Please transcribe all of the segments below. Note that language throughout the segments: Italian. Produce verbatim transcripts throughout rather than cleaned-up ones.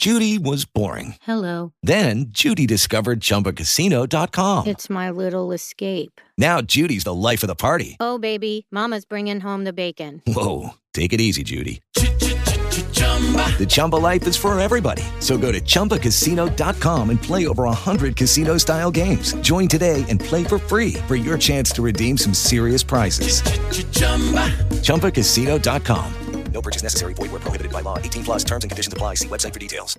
Judy was boring. Hello. Then Judy discovered Chumba Casino dot com. It's my little escape. Now Judy's the life of the party. Oh, baby, mama's bringing home the bacon. Whoa, take it easy, Judy. The Chumba life is for everybody. So go to Chumba Casino dot com and play over one hundred casino-style games. Join today and play for free for your chance to redeem some serious prizes. Chumba Casino dot com. No purchase necessary. Void where prohibited by law. eighteen plus terms and conditions apply. See website for details.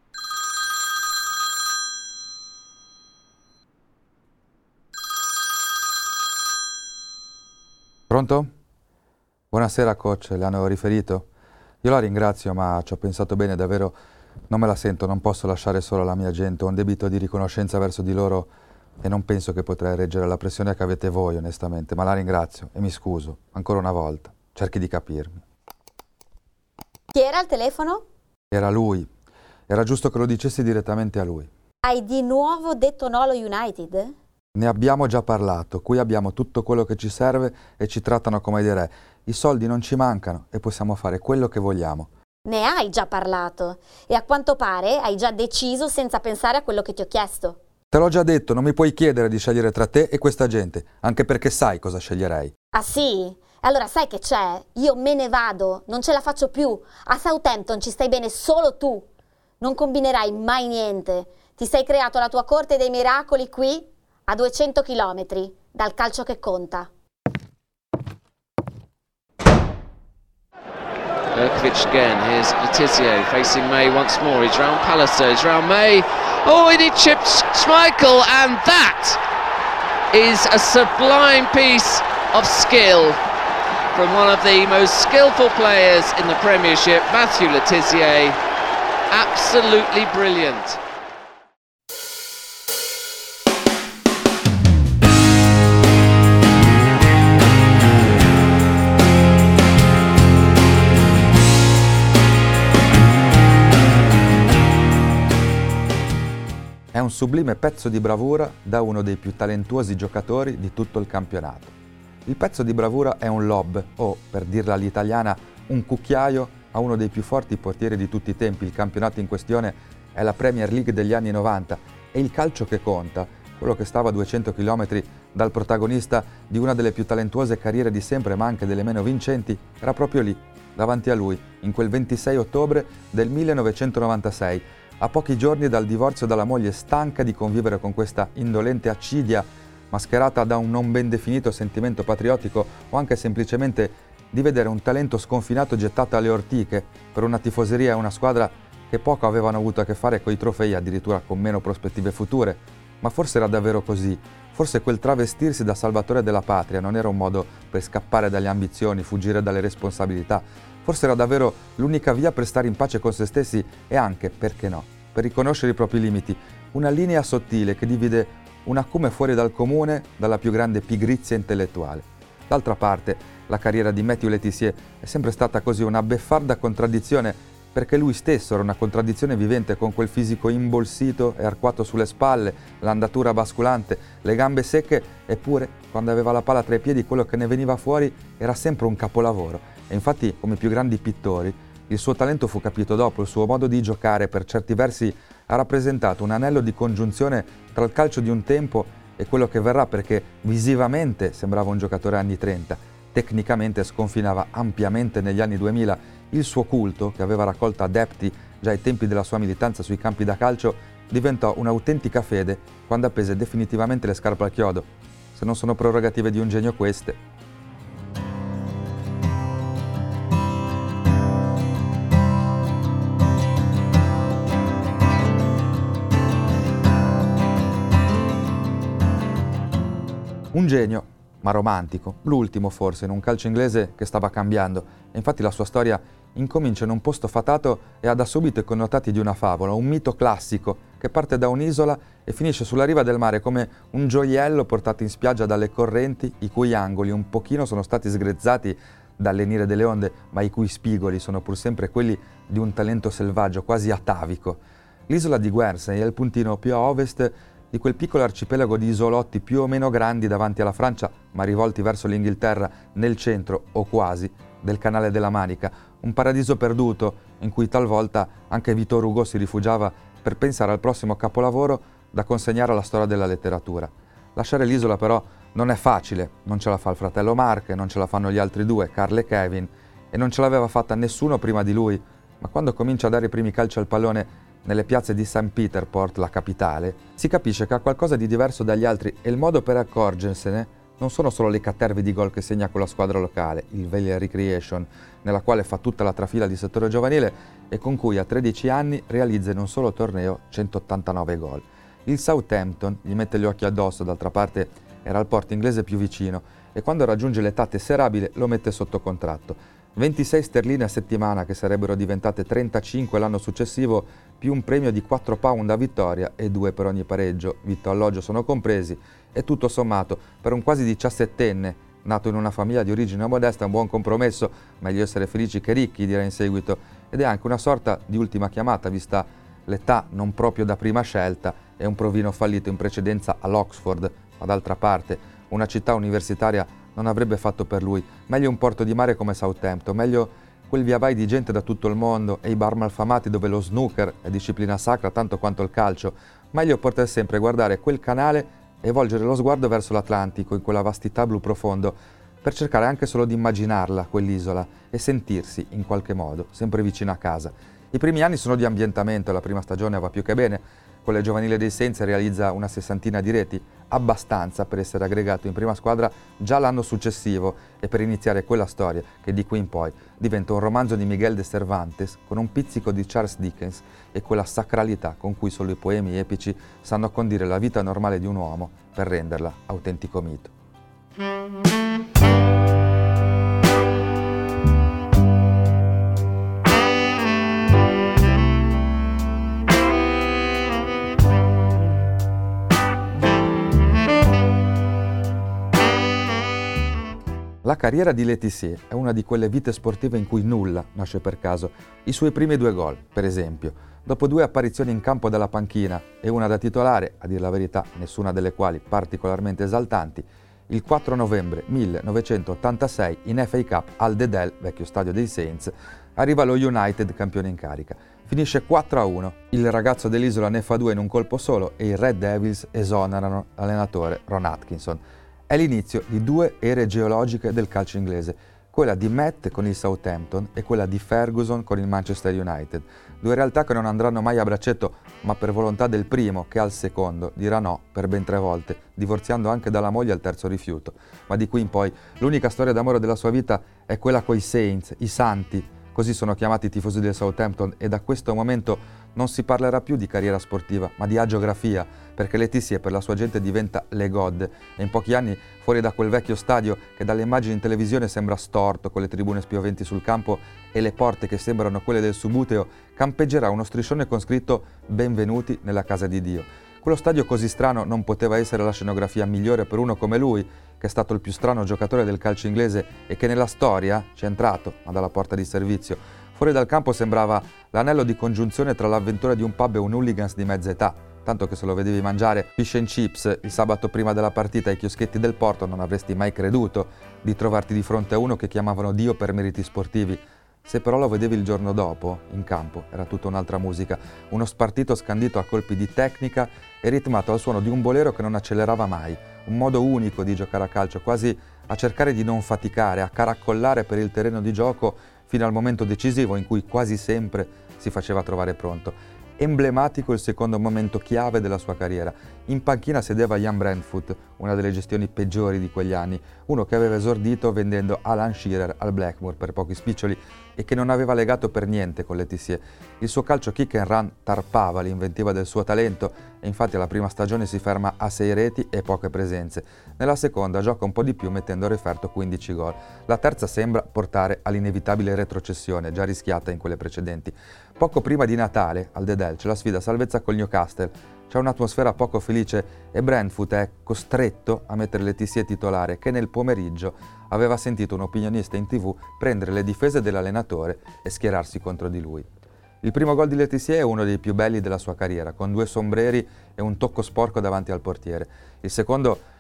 Pronto? Buonasera coach, le hanno riferito? Io la ringrazio, ma ci ho pensato bene, davvero non me la sento, non posso lasciare sola la mia gente, ho un debito di riconoscenza verso di loro e non penso che potrei reggere la pressione che avete voi, onestamente, ma la ringrazio e mi scuso, ancora una volta, cerchi di capirmi. Chi era al telefono? Era lui, era giusto che lo dicessi direttamente a lui. Hai di nuovo detto no allo United? Ne abbiamo già parlato, qui abbiamo tutto quello che ci serve e ci trattano come dei re. I soldi non ci mancano e possiamo fare quello che vogliamo. Ne hai già parlato e a quanto pare hai già deciso senza pensare a quello che ti ho chiesto. Te l'ho già detto, non mi puoi chiedere di scegliere tra te e questa gente, anche perché sai cosa sceglierei. Ah sì? Allora sai che c'è? Io me ne vado, non ce la faccio più. A Southampton ci stai bene solo tu. Non combinerai mai niente. Ti sei creato la tua corte dei miracoli qui, a duecento chilometri, dal calcio che conta. Berkovic again, here's Letizia facing May once more, he's round Pallister, he's round May, oh and he chips Schmeichel, and that is a sublime piece of skill from one of the most skillful players in the Premiership, Matthew Letizia, absolutely brilliant. È un sublime pezzo di bravura da uno dei più talentuosi giocatori di tutto il campionato. Il pezzo di bravura è un lob, o, per dirla all'italiana, un cucchiaio a uno dei più forti portieri di tutti i tempi. Il campionato in questione è la Premier League degli anni novanta e il calcio che conta, quello che stava a duecento chilometri dal protagonista di una delle più talentuose carriere di sempre, ma anche delle meno vincenti, era proprio lì, davanti a lui, in quel ventisei ottobre del millenovecentonovantasei, a pochi giorni dal divorzio dalla moglie, stanca di convivere con questa indolente accidia, mascherata da un non ben definito sentimento patriottico o anche semplicemente di vedere un talento sconfinato gettato alle ortiche per una tifoseria e una squadra che poco avevano avuto a che fare coi trofei, addirittura con meno prospettive future. Ma forse era davvero così, forse quel travestirsi da salvatore della patria non era un modo per scappare dalle ambizioni, fuggire dalle responsabilità. Forse era davvero l'unica via per stare in pace con se stessi e anche, perché no, per riconoscere i propri limiti, una linea sottile che divide un acume fuori dal comune dalla più grande pigrizia intellettuale. D'altra parte, la carriera di Matthew Letizia è sempre stata così una beffarda contraddizione, perché lui stesso era una contraddizione vivente, con quel fisico imbolsito e arcuato sulle spalle, l'andatura basculante, le gambe secche, eppure, quando aveva la palla tra i piedi, quello che ne veniva fuori era sempre un capolavoro. E infatti, come i più grandi pittori, il suo talento fu capito dopo, il suo modo di giocare per certi versi ha rappresentato un anello di congiunzione tra il calcio di un tempo e quello che verrà, perché visivamente sembrava un giocatore anni trenta, tecnicamente sconfinava ampiamente negli anni duemila. Il suo culto, che aveva raccolto adepti già ai tempi della sua militanza sui campi da calcio, diventò un'autentica fede quando appese definitivamente le scarpe al chiodo. Se non sono prerogative di un genio queste. Un genio, ma romantico, l'ultimo forse, in un calcio inglese che stava cambiando. E infatti la sua storia incomincia in un posto fatato e ha da subito i connotati di una favola, un mito classico che parte da un'isola e finisce sulla riva del mare come un gioiello portato in spiaggia dalle correnti, i cui angoli un pochino sono stati sgrezzati dal lenire delle onde, ma i cui spigoli sono pur sempre quelli di un talento selvaggio, quasi atavico. L'isola di Guernsey è il puntino più a ovest di quel piccolo arcipelago di isolotti più o meno grandi davanti alla Francia, ma rivolti verso l'Inghilterra, nel centro, o quasi, del Canale della Manica, un paradiso perduto in cui talvolta anche Victor Hugo si rifugiava per pensare al prossimo capolavoro da consegnare alla storia della letteratura. Lasciare l'isola però non è facile, non ce la fa il fratello Mark, non ce la fanno gli altri due, Carl e Kevin, e non ce l'aveva fatta nessuno prima di lui, ma quando comincia a dare i primi calci al pallone nelle piazze di Saint Peterport, la capitale, si capisce che ha qualcosa di diverso dagli altri e il modo per accorgersene non sono solo le caterve di gol che segna con la squadra locale, il Valley Recreation, nella quale fa tutta la trafila di settore giovanile e con cui a tredici anni realizza in un solo torneo centottantanove gol. Il Southampton gli mette gli occhi addosso, d'altra parte era il porto inglese più vicino e quando raggiunge l'età tesserabile lo mette sotto contratto. ventisei sterline a settimana che sarebbero diventate trentacinque l'anno successivo, più un premio di quattro pound a vittoria e due per ogni pareggio, vitto e alloggio sono compresi, e tutto sommato per un quasi diciassettenne, nato in una famiglia di origine modesta, un buon compromesso, meglio essere felici che ricchi, dirà in seguito, ed è anche una sorta di ultima chiamata, vista l'età non proprio da prima scelta e un provino fallito in precedenza all'Oxford, ma d'altra parte una città universitaria non avrebbe fatto per lui. Meglio un porto di mare come Southampton, meglio quel via vai di gente da tutto il mondo e i bar malfamati dove lo snooker è disciplina sacra tanto quanto il calcio. Meglio poter sempre guardare quel canale e volgere lo sguardo verso l'Atlantico in quella vastità blu profondo per cercare anche solo di immaginarla, quell'isola, e sentirsi, in qualche modo, sempre vicino a casa. I primi anni sono di ambientamento, la prima stagione va più che bene, con le giovanili dei Saints realizza una sessantina di reti, abbastanza per essere aggregato in prima squadra già l'anno successivo e per iniziare quella storia che di qui in poi diventa un romanzo di Miguel de Cervantes con un pizzico di Charles Dickens e quella sacralità con cui solo i poemi epici sanno condire la vita normale di un uomo per renderla autentico mito. La carriera di Letizier è una di quelle vite sportive in cui nulla nasce per caso. I suoi primi due gol, per esempio, dopo due apparizioni in campo dalla panchina e una da titolare, a dir la verità nessuna delle quali particolarmente esaltanti, il quattro novembre millenovecentottantasei in F A Cup al The Dell, vecchio stadio dei Saints, arriva lo United campione in carica. Finisce quattro a uno, il ragazzo dell'isola ne fa due in un colpo solo e i Red Devils esonerano l'allenatore Ron Atkinson. È l'inizio di due ere geologiche del calcio inglese, quella di Matt con il Southampton e quella di Ferguson con il Manchester United. Due realtà che non andranno mai a braccetto, ma per volontà del primo che al secondo dirà no per ben tre volte, divorziando anche dalla moglie al terzo rifiuto. Ma di qui in poi l'unica storia d'amore della sua vita è quella coi Saints, i Santi, così sono chiamati i tifosi del Southampton, e da questo momento non si parlerà più di carriera sportiva, ma di agiografia, perché Letizier per la sua gente diventa Le God e in pochi anni, fuori da quel vecchio stadio che dalle immagini in televisione sembra storto, con le tribune spioventi sul campo e le porte che sembrano quelle del Subuteo, campeggerà uno striscione con scritto «Benvenuti nella casa di Dio». Quello stadio così strano non poteva essere la scenografia migliore per uno come lui, che è stato il più strano giocatore del calcio inglese e che nella storia ci è entrato, ma dalla porta di servizio. Fuori dal campo sembrava l'anello di congiunzione tra l'avventura di un pub e un hooligans di mezza età, tanto che se lo vedevi mangiare fish and chips il sabato prima della partita ai chioschetti del porto non avresti mai creduto di trovarti di fronte a uno che chiamavano Dio per meriti sportivi. Se però lo vedevi il giorno dopo, in campo, era tutta un'altra musica, uno spartito scandito a colpi di tecnica e ritmato al suono di un bolero che non accelerava mai, un modo unico di giocare a calcio, quasi a cercare di non faticare, a caracollare per il terreno di gioco fino al momento decisivo in cui quasi sempre si faceva trovare pronto. Emblematico il secondo momento chiave della sua carriera. In panchina sedeva Ian Brentford, una delle gestioni peggiori di quegli anni, uno che aveva esordito vendendo Alan Shearer al Blackmore per pochi spiccioli e che non aveva legato per niente con Letizier. Il suo calcio kick and run tarpava l'inventiva del suo talento e infatti alla prima stagione si ferma a sei reti e poche presenze. Nella seconda gioca un po' di più mettendo a referto quindici gol. La terza sembra portare all'inevitabile retrocessione, già rischiata in quelle precedenti. Poco prima di Natale, al The Dell, c'è la sfida salvezza col Newcastle. C'è un'atmosfera poco felice e Brentford è costretto a mettere Letizier titolare, che nel pomeriggio aveva sentito un opinionista in tv prendere le difese dell'allenatore e schierarsi contro di lui. Il primo gol di Letizier è uno dei più belli della sua carriera, con due sombreri e un tocco sporco davanti al portiere. Il secondo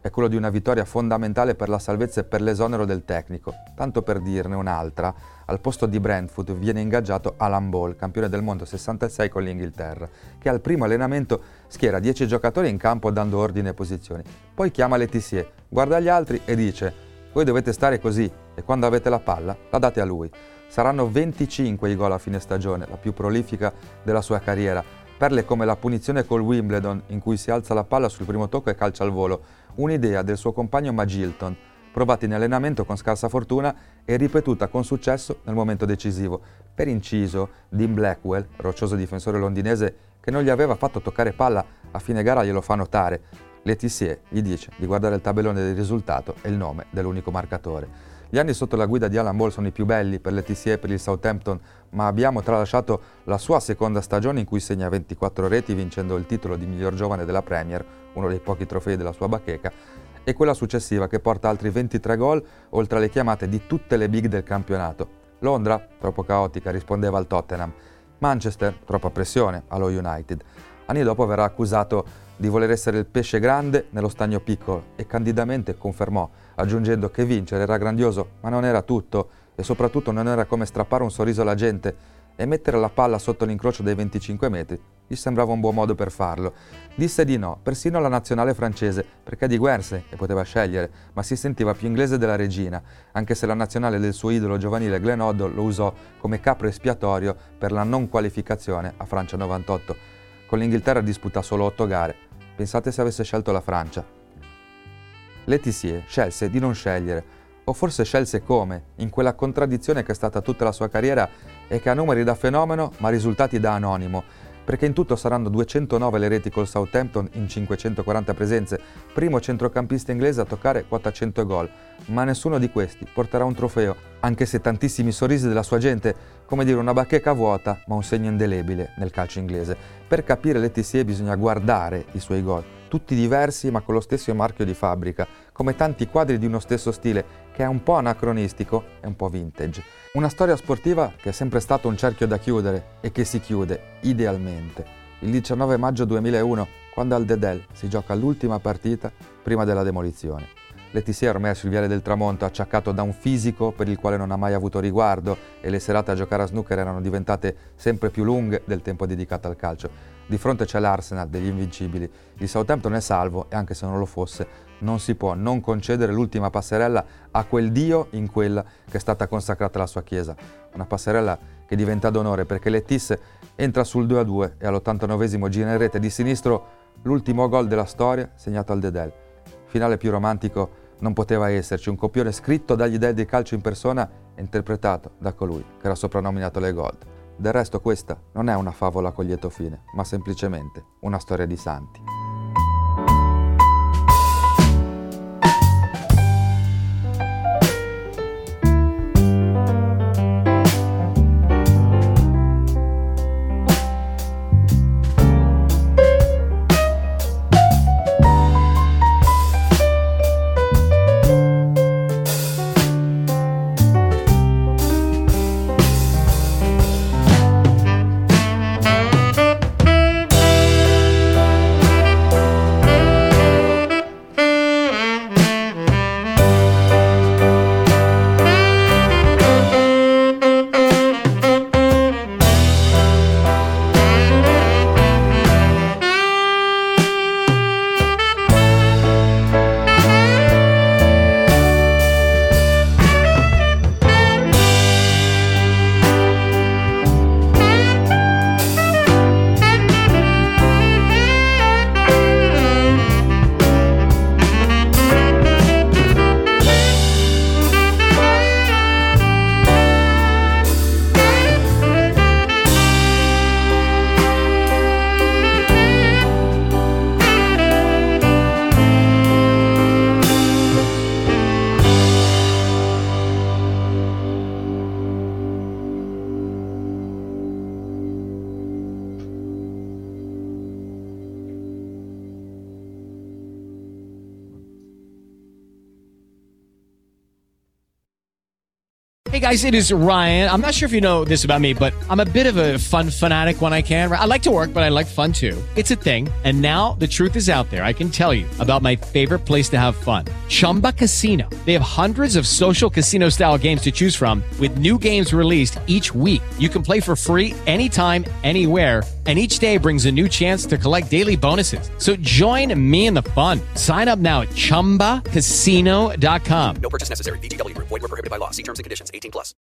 è quello di una vittoria fondamentale per la salvezza e per l'esonero del tecnico. Tanto per dirne un'altra, al posto di Brentford viene ingaggiato Alan Ball, campione del mondo sessantasei con l'Inghilterra, che al primo allenamento schiera dieci giocatori in campo dando ordine e posizioni. Poi chiama Letizier, guarda gli altri e dice: voi dovete stare così e quando avete la palla la date a lui. Saranno venticinque i gol a fine stagione, la più prolifica della sua carriera. Perle come la punizione col Wimbledon, in cui si alza la palla sul primo tocco e calcia al volo, un'idea del suo compagno Magilton, provata in allenamento con scarsa fortuna e ripetuta con successo nel momento decisivo. Per inciso, Dean Blackwell, roccioso difensore londinese che non gli aveva fatto toccare palla, a fine gara glielo fa notare. Letizier gli dice di guardare il tabellone del risultato e il nome dell'unico marcatore. Gli anni sotto la guida di Alan Ball sono i più belli per Letizier e per il Southampton, ma abbiamo tralasciato la sua seconda stagione in cui segna ventiquattro reti vincendo il titolo di miglior giovane della Premier, uno dei pochi trofei della sua bacheca, e quella successiva che porta altri ventitré gol oltre alle chiamate di tutte le big del campionato. Londra, troppo caotica, rispondeva al Tottenham. Manchester, troppa pressione, allo United. Anni dopo verrà accusato di voler essere il pesce grande nello stagno piccolo e candidamente confermò, aggiungendo che vincere era grandioso, ma non era tutto e soprattutto non era come strappare un sorriso alla gente, e mettere la palla sotto l'incrocio dei venticinque metri gli sembrava un buon modo per farlo. Disse di no, persino alla nazionale francese, perché di Guernsey e poteva scegliere, ma si sentiva più inglese della regina, anche se la nazionale del suo idolo giovanile Glenn Hoddle lo usò come capro espiatorio per la non qualificazione a Francia novantotto. Con l'Inghilterra disputa solo otto gare. Pensate se avesse scelto la Francia. Letizier scelse di non scegliere, o forse scelse come, in quella contraddizione che è stata tutta la sua carriera e che ha numeri da fenomeno ma risultati da anonimo, perché in tutto saranno duecentonove le reti col Southampton in cinquecentoquaranta presenze, primo centrocampista inglese a toccare quota cento gol, ma nessuno di questi porterà un trofeo, anche se tantissimi sorrisi della sua gente, come dire una bacheca vuota, ma un segno indelebile nel calcio inglese. Per capire Letizier bisogna guardare i suoi gol, tutti diversi ma con lo stesso marchio di fabbrica, come tanti quadri di uno stesso stile, che è un po' anacronistico e un po' vintage. Una storia sportiva che è sempre stato un cerchio da chiudere e che si chiude, idealmente, il diciannove maggio duemilauno, quando al Dedel si gioca l'ultima partita prima della demolizione. Letizier ormai è sul viale del tramonto, acciaccato da un fisico per il quale non ha mai avuto riguardo e le serate a giocare a snooker erano diventate sempre più lunghe del tempo dedicato al calcio. Di fronte c'è l'Arsenal degli invincibili. Il Southampton è salvo e anche se non lo fosse, non si può non concedere l'ultima passerella a quel dio in quella che è stata consacrata la sua chiesa. Una passerella che diventa d'onore perché Letiz entra sul due a due e all'ottantanovesimo gira in rete di sinistro l'ultimo gol della storia segnato al Dedel. Finale più romantico non poteva esserci, un copione scritto dagli dei del calcio in persona e interpretato da colui che era soprannominato Le Gold. Del resto questa non è una favola con lieto fine, ma semplicemente una storia di santi. Hey guys, it is Ryan. I'm not sure if you know this about me, but I'm a bit of a fun fanatic when I can. I like to work, but I like fun too. It's a thing. And now the truth is out there. I can tell you about my favorite place to have fun. Chumba Casino. They have hundreds of social casino style games to choose from with new games released each week. You can play for free anytime, anywhere. And each day brings a new chance to collect daily bonuses. So join me in the fun. Sign up now at chumba casino dot com. No purchase necessary. V G W Group. Void where prohibited by law. See terms and conditions. eighteen plus.